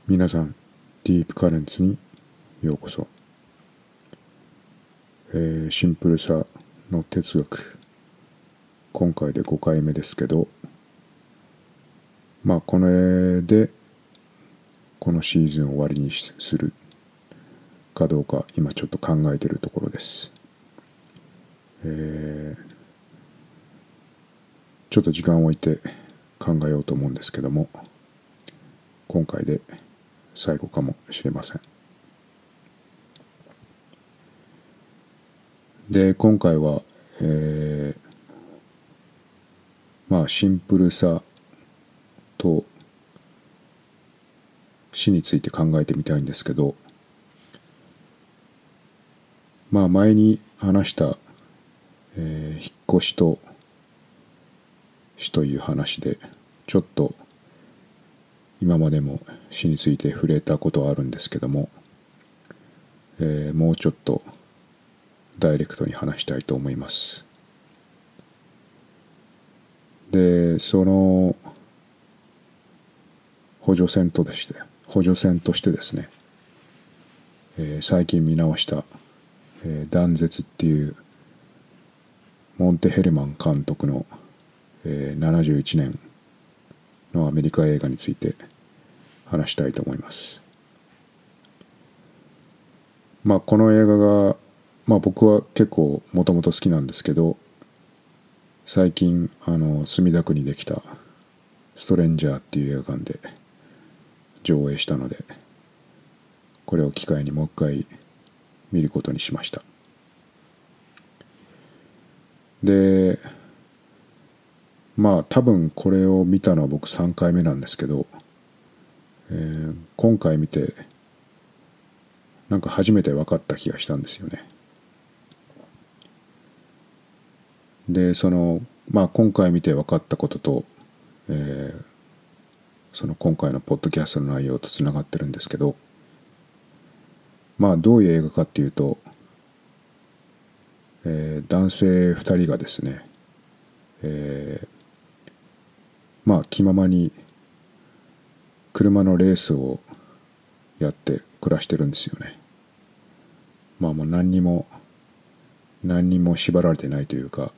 皆さん、ディープカレンツにようこそ。シンプルさの哲学、今回で5回目ですけど、この絵でこのシーズンを終わりにするかどうか今ちょっと考えているところです。ちょっと時間を置いて考えようと思うんですけども、今回で最後かもしれません。で、今回は、シンプルさと死について考えてみたいんですけど、前に話した、引っ越しと死という話でちょっと今までも死について触れたことはあるんですけども、もうちょっとダイレクトに話したいと思います。で、その補助線としてですね、最近見直した断絶っていうモンテ・ヘルマン監督の、71年のアメリカ映画について話したいと思います。この映画が、僕は結構もともと好きなんですけど、最近墨田区にできたストレンジャーっていう映画館で上映したので、これを機会にもう一回見ることにしました。で、多分これを見たのは僕3回目なんですけど、今回見てなんか初めて分かった気がしたんですよね。で、今回見て分かったことと、その今回のポッドキャストの内容とつながってるんですけど、どういう映画かっていうと、男性2人がですね、気ままに車のレースをやって暮らしてるんですよね。もう何にも縛られてないというか、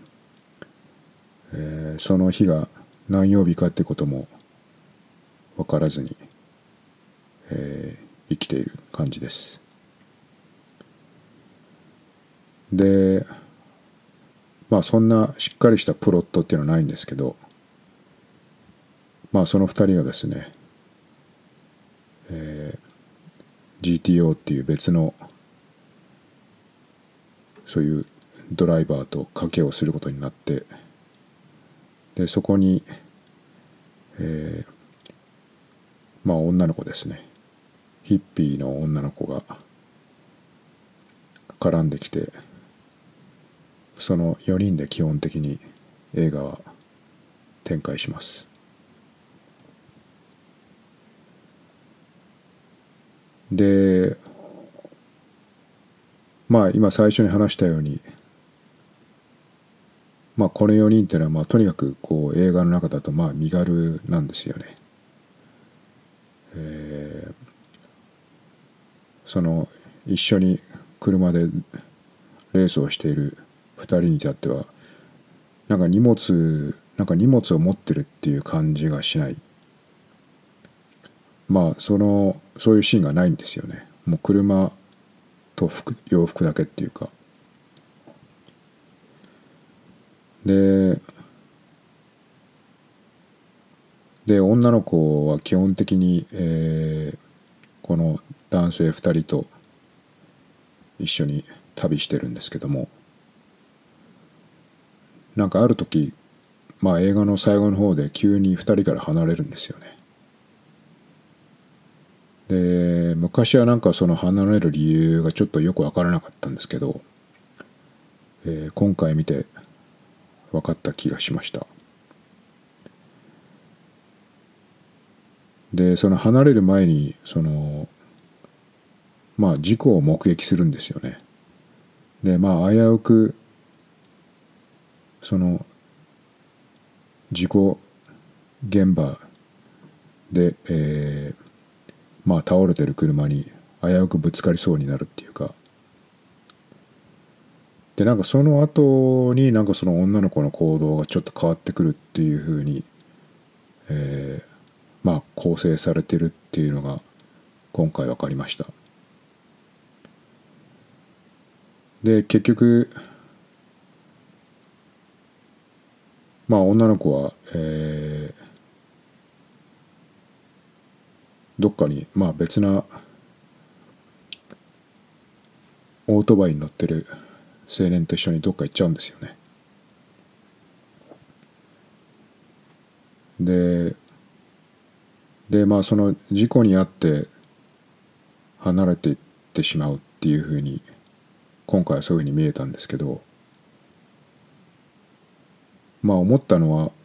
その日が何曜日かってことも分からずに、生きている感じです。で、そんなしっかりしたプロットっていうのはないんですけど、その2人がですね、GTO っていう別のそういうドライバーと賭けをすることになって、でそこに、女の子ですね、ヒッピーの女の子が絡んできて、その4人で基本的に映画は展開します。で、今最初に話したように、この4人っていうのはとにかくこう映画の中だと身軽なんですよね。その一緒に車でレースをしている2人に至ってはなんか荷物を持ってるっていう感じがしない。そういうシーンがないんですよね。もう車と洋服だけっていうか。で女の子は基本的に、この男性2人と一緒に旅してるんですけども、なんかある時、映画の最後の方で急に2人から離れるんですよね。で、昔はなんかその離れる理由がちょっとよく分からなかったんですけど、今回見て分かった気がしました。で、その離れる前に事故を目撃するんですよね。で、危うくその事故現場で、 まあ倒れてる車に危うくぶつかりそうになるっていうか、でなんかその後になんかその女の子の行動がちょっと変わってくるっていう風に、まあ構成されてるっていうのが今回分かりました。で結局まあ女の子は、どっかにまあ別なオートバイに乗ってる青年と一緒にどっか行っちゃうんですよね。でまあその事故に遭って離れていってしまうっていうふうに今回はそういうふうに見えたんですけど、まあ思ったのは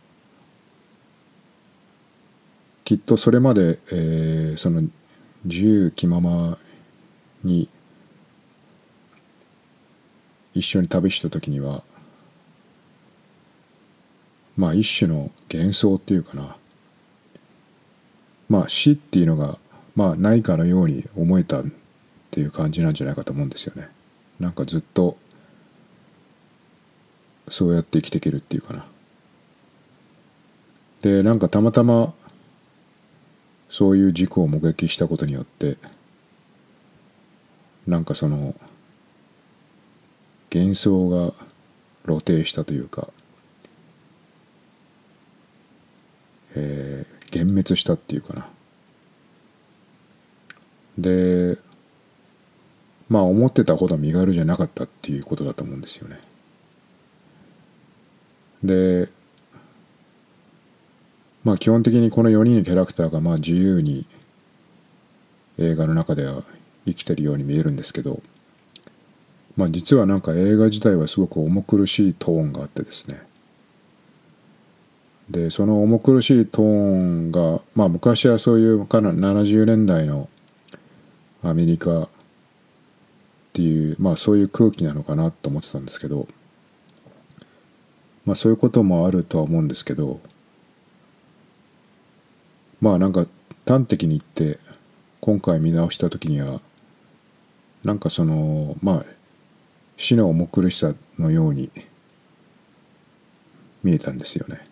きっとそれまで、その自由気ままに一緒に旅した時にはまあ一種の幻想っていうかな、まあ死っていうのがまあないかのように思えたっていう感じなんじゃないかと思うんですよね。なんかずっとそうやって生きていけるっていうかな。でなんかたまたまそういう事故を目撃したことによってなんかその幻想が露呈したというか、幻滅したっていうかな。でまあ思ってたほど身軽じゃなかったっていうことだと思うんですよね。でまあ基本的にこの4人のキャラクターがまあ自由に映画の中では生きてるように見えるんですけど、まあ実はなんか映画自体はすごく重苦しいトーンがあってですね、でその重苦しいトーンがまあ昔はそういう70年代のアメリカっていうまあそういう空気なのかなと思ってたんですけど、まあそういうこともあるとは思うんですけど、まあなんか端的に言って今回見直した時にはなんかそのまあ死の重苦しさのように見えたんですよね。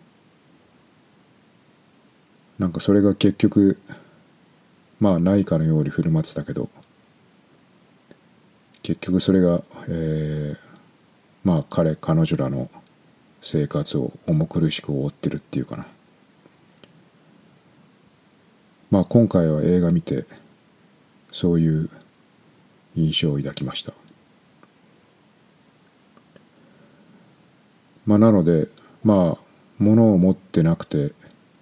なんかそれが結局まあないかのように振る舞ってたけど結局それが、まあ彼女らの生活を重苦しく覆ってるっていうかな。まあ今回は映画見てそういう印象を抱きました。まあなのでまあ物を持ってなくて、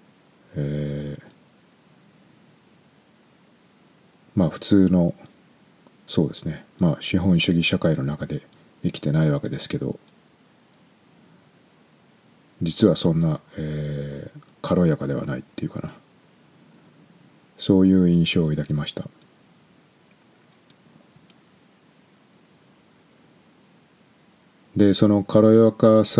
まあ普通のそうですねまあ資本主義社会の中で生きてないわけですけど、実はそんな、軽やかではないっていうかな、そういう印象を抱きました。でその軽やかさ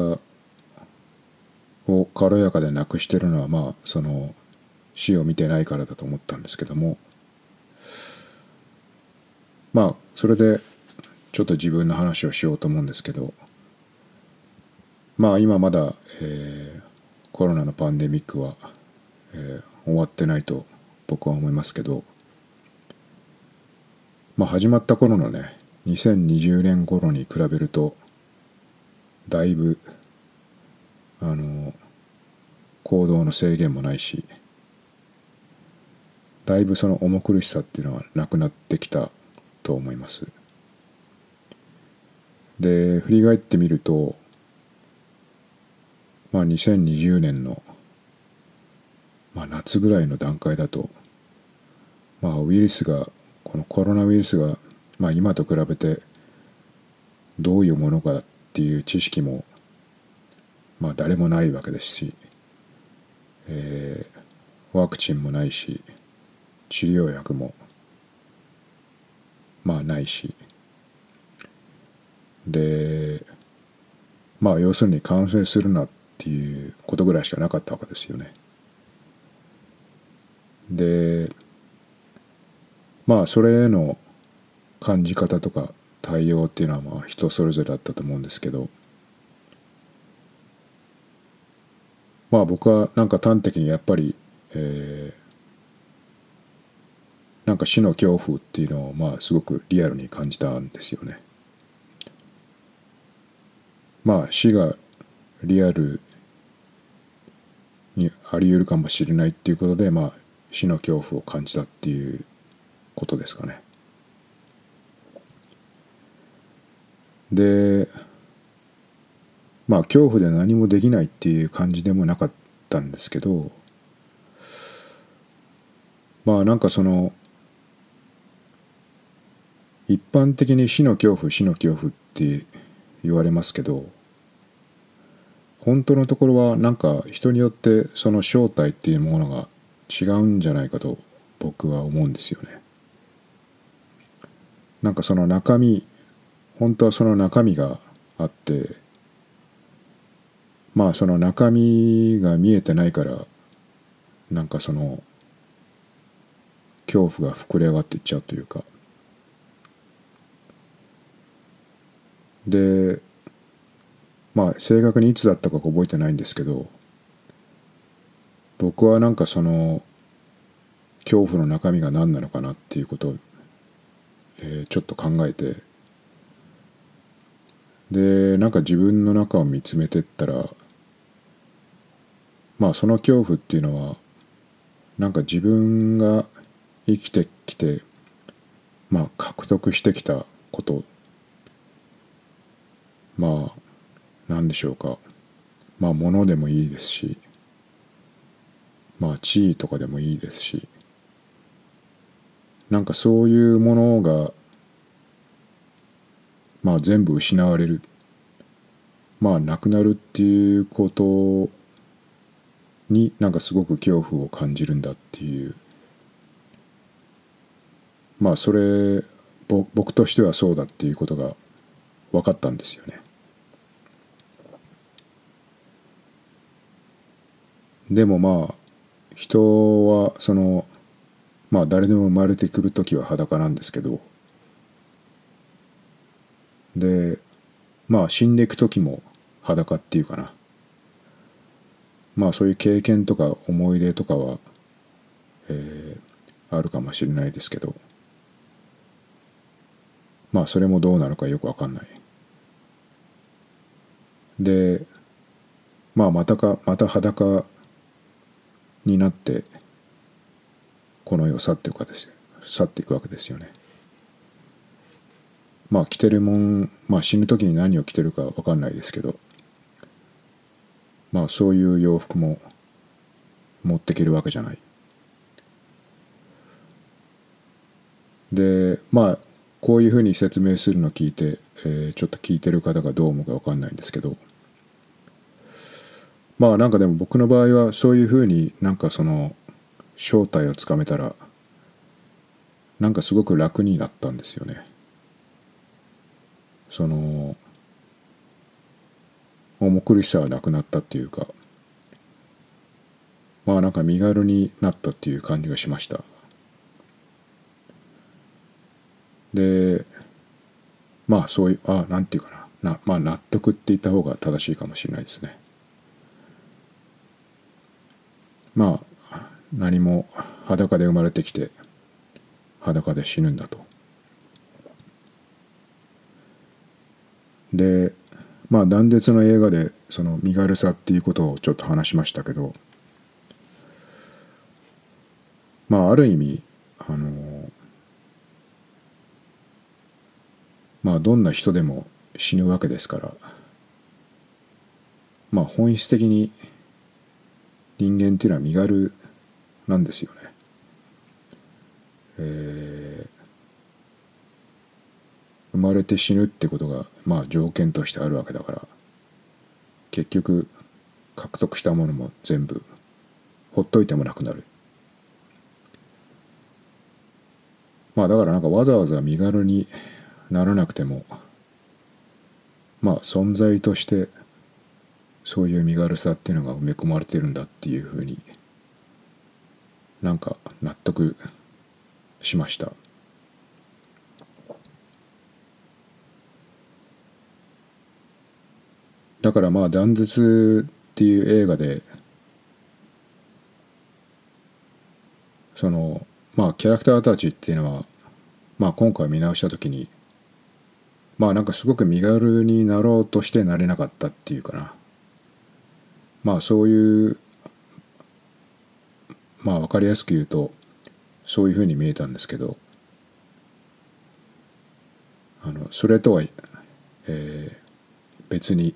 を軽やかでなくしてるのはまあその死を見てないからだと思ったんですけども、まあそれでちょっと自分の話をしようと思うんですけど、まあ今まだ、コロナのパンデミックは、終わってないと僕は思いますけど、まあ始まった頃のね2020年頃に比べるとだいぶ行動の制限もないし、だいぶその重苦しさっていうのはなくなってきたと思います。で振り返ってみるとまあ2020年の、まあ、夏ぐらいの段階だとまあウイルスがこのコロナウイルスが、まあ、今と比べてどういうものかっていう知識もまあ誰もないわけですし、ワクチンもないし治療薬もまあないし、でまあ要するに感染するなっていうことぐらいしかなかったわけですよね。でまあそれへの感じ方とか対応っていうのはまあ人それぞれだったと思うんですけど、まあ僕はなんか端的にやっぱり、なんか死の恐怖っていうのをまあすごくリアルに感じたんですよね。まあ死がリアルにあり得るかもしれないっていうことで、まあ死の恐怖を感じたっていうことですかね。で、まあ恐怖で何もできないっていう感じでもなかったんですけど、まあなんかその一般的に死の恐怖って言われますけど、本当のところはなんか人によってその正体っていうものが違うんじゃないかと僕は思うんですよね。なんかその中身、本当はその中身があって、まあその中身が見えてないから、なんかその恐怖が膨れ上がっていっちゃうというか。で、まあ正確にいつだったか覚えてないんですけど、僕はなんかその恐怖の中身が何なのかなっていうことを、ちょっと考えて、でなんか自分の中を見つめてったら、まあその恐怖っていうのはなんか自分が生きてきて、まあ獲得してきたこと、まあ何でしょうか、まあ物でもいいですし、まあ地位とかでもいいですし、なんかそういうものがまあ全部失われる、まあなくなるっていうことになんかすごく恐怖を感じるんだっていう、まあそれ僕としてはそうだっていうことが分かったんですよね。でもまあ人はそのまあ誰でも生まれてくる時は裸なんですけど、でまあ死んでいく時も裸っていうかな、まあそういう経験とか思い出とかは、あるかもしれないですけど、まあそれもどうなのかよく分かんない。でまあまた裸になってこの世を去っていくわけですよね。まあ着てるもん、まあ死ぬ時に何を着てるか分かんないですけど、まあそういう洋服も持ってけるわけじゃない。でまあこういうふうに説明するのを聞いて、ちょっと聞いてる方がどう思うか分かんないんですけど、まあなんかでも僕の場合はそういうふうになんかその正体をつかめたらなんかすごく楽になったんですよね。その重苦しさはなくなったっていうか、まあなんか身軽になったっていう感じがしました。でまあそういうなんていうかまあ納得って言った方が正しいかもしれないですね。まあ何も裸で生まれてきて裸で死ぬんだと。でまあ断絶の映画でその身軽さっていうことをちょっと話しましたけど、まあある意味まあどんな人でも死ぬわけですから、まあ本質的に人間っていうのは身軽なんですよね。生まれて死ぬってことがまあ条件としてあるわけだから、結局獲得したものも全部ほっといてもなくなる。まあだからなんかわざわざ身軽にならなくても、まあ存在としてそういう身軽さっていうのが埋め込まれてるんだっていうふうになんか納得しました。 だからまあ断絶っていう映画でそのまあキャラクターたちっていうのはまあ今回見直した時にまあなんかすごく身軽になろうとしてなれなかったっていうかな、まあそういうまあ分かりやすく言うとそういうふうに見えたんですけど、それとは、別に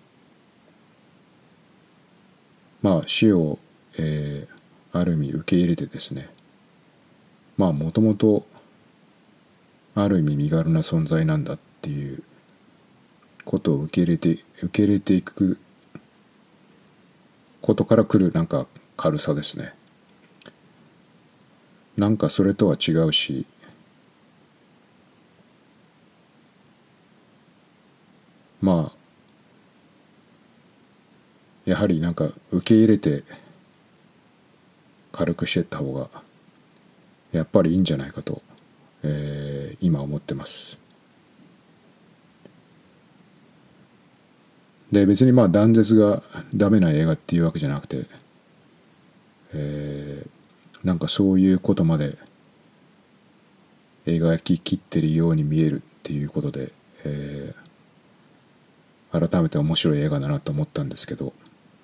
まあ死を、ある意味受け入れてですね、まあもともとある意味身軽な存在なんだっていうことを受け入れていくことから来るなんか軽さですね。なんかそれとは違うし、まあやはりなんか受け入れて軽くしていった方がやっぱりいいんじゃないかと、今思ってます。で別にまあ断絶がダメな映画っていうわけじゃなくて、なんかそういうことまで描ききってるように見えるっていうことで、改めて面白い映画だなと思ったんですけど、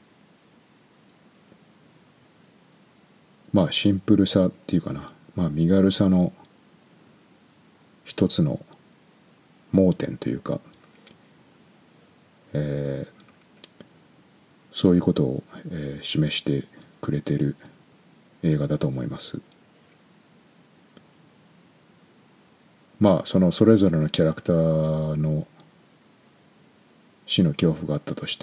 まあシンプルさっていうかな、まあ身軽さの一つの盲点というか、そういうことを、示してくれている映画だと思います。まあそのそれぞれのキャラクターの死の恐怖があったとして、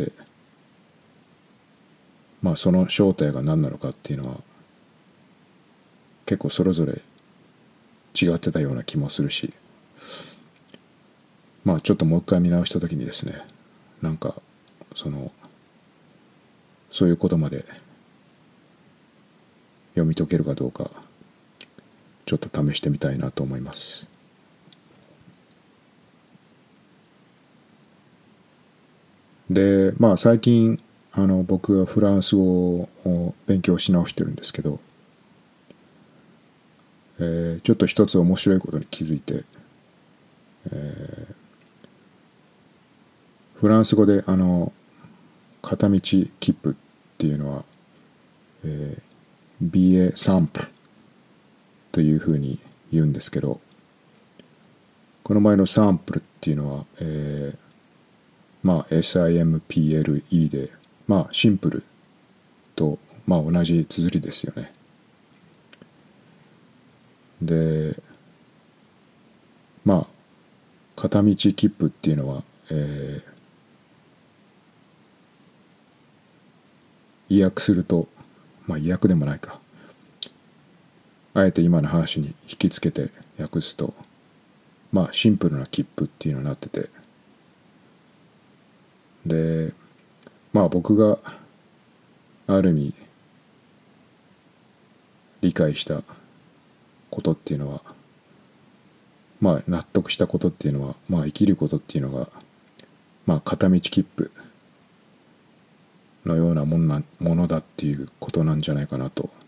まあその正体が何なのかっていうのは結構それぞれ違ってたような気もするし、まあちょっともう一回見直した時にですね、なんかそういうことまで読み解けるかどうかちょっと試してみたいなと思います。でまあ最近僕はフランス語を勉強し直してるんですけど、ちょっと一つ面白いことに気づいて、フランス語で片道切符っていうのは、ビエサンプルというふうに言うんですけど、この前のサンプルっていうのは、まあ SIMPLE でまあシンプルとまあ同じ綴りですよね。でまあ片道切符っていうのは、意訳するとまあ意訳でもないか、あえて今の話に引き付けて訳すとまあシンプルな切符っていうのになってて、でまあ僕がある意味理解したことっていうのは、まあ納得したことっていうのは、まあ生きることっていうのがまあ片道切符のようなものだっていうことなんじゃないかなと、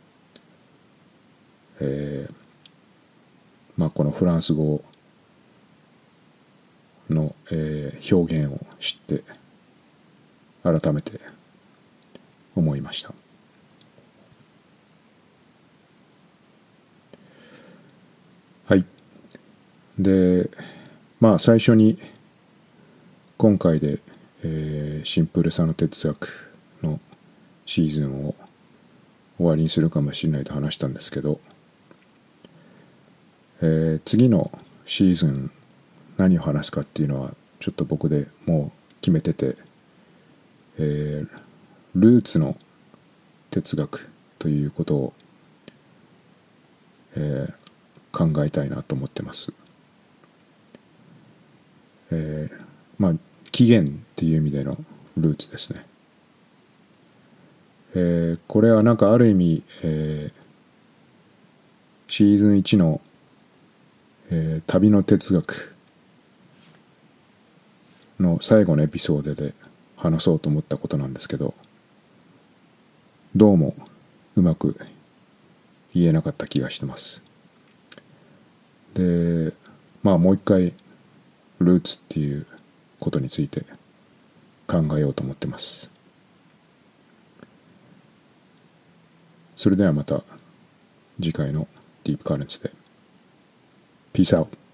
まあこのフランス語の、表現を知って改めて思いました。はい。でまあ最初に今回で、シンプルさの哲学のシーズンを終わりにするかもしれないと話したんですけど、次のシーズン何を話すかっていうのはちょっと僕でもう決めてて、ルーツの哲学ということを、考えたいなと思ってます。まあ起源っていう意味でのルーツですね。これはなんかある意味、シーズン1の、旅の哲学の最後のエピソードで話そうと思ったことなんですけど、どうもうまく言えなかった気がしてます。で、もう一回ルーツっていうことについて考えようと思ってます。それではまた次回のディープカレンツで。ピースアウト。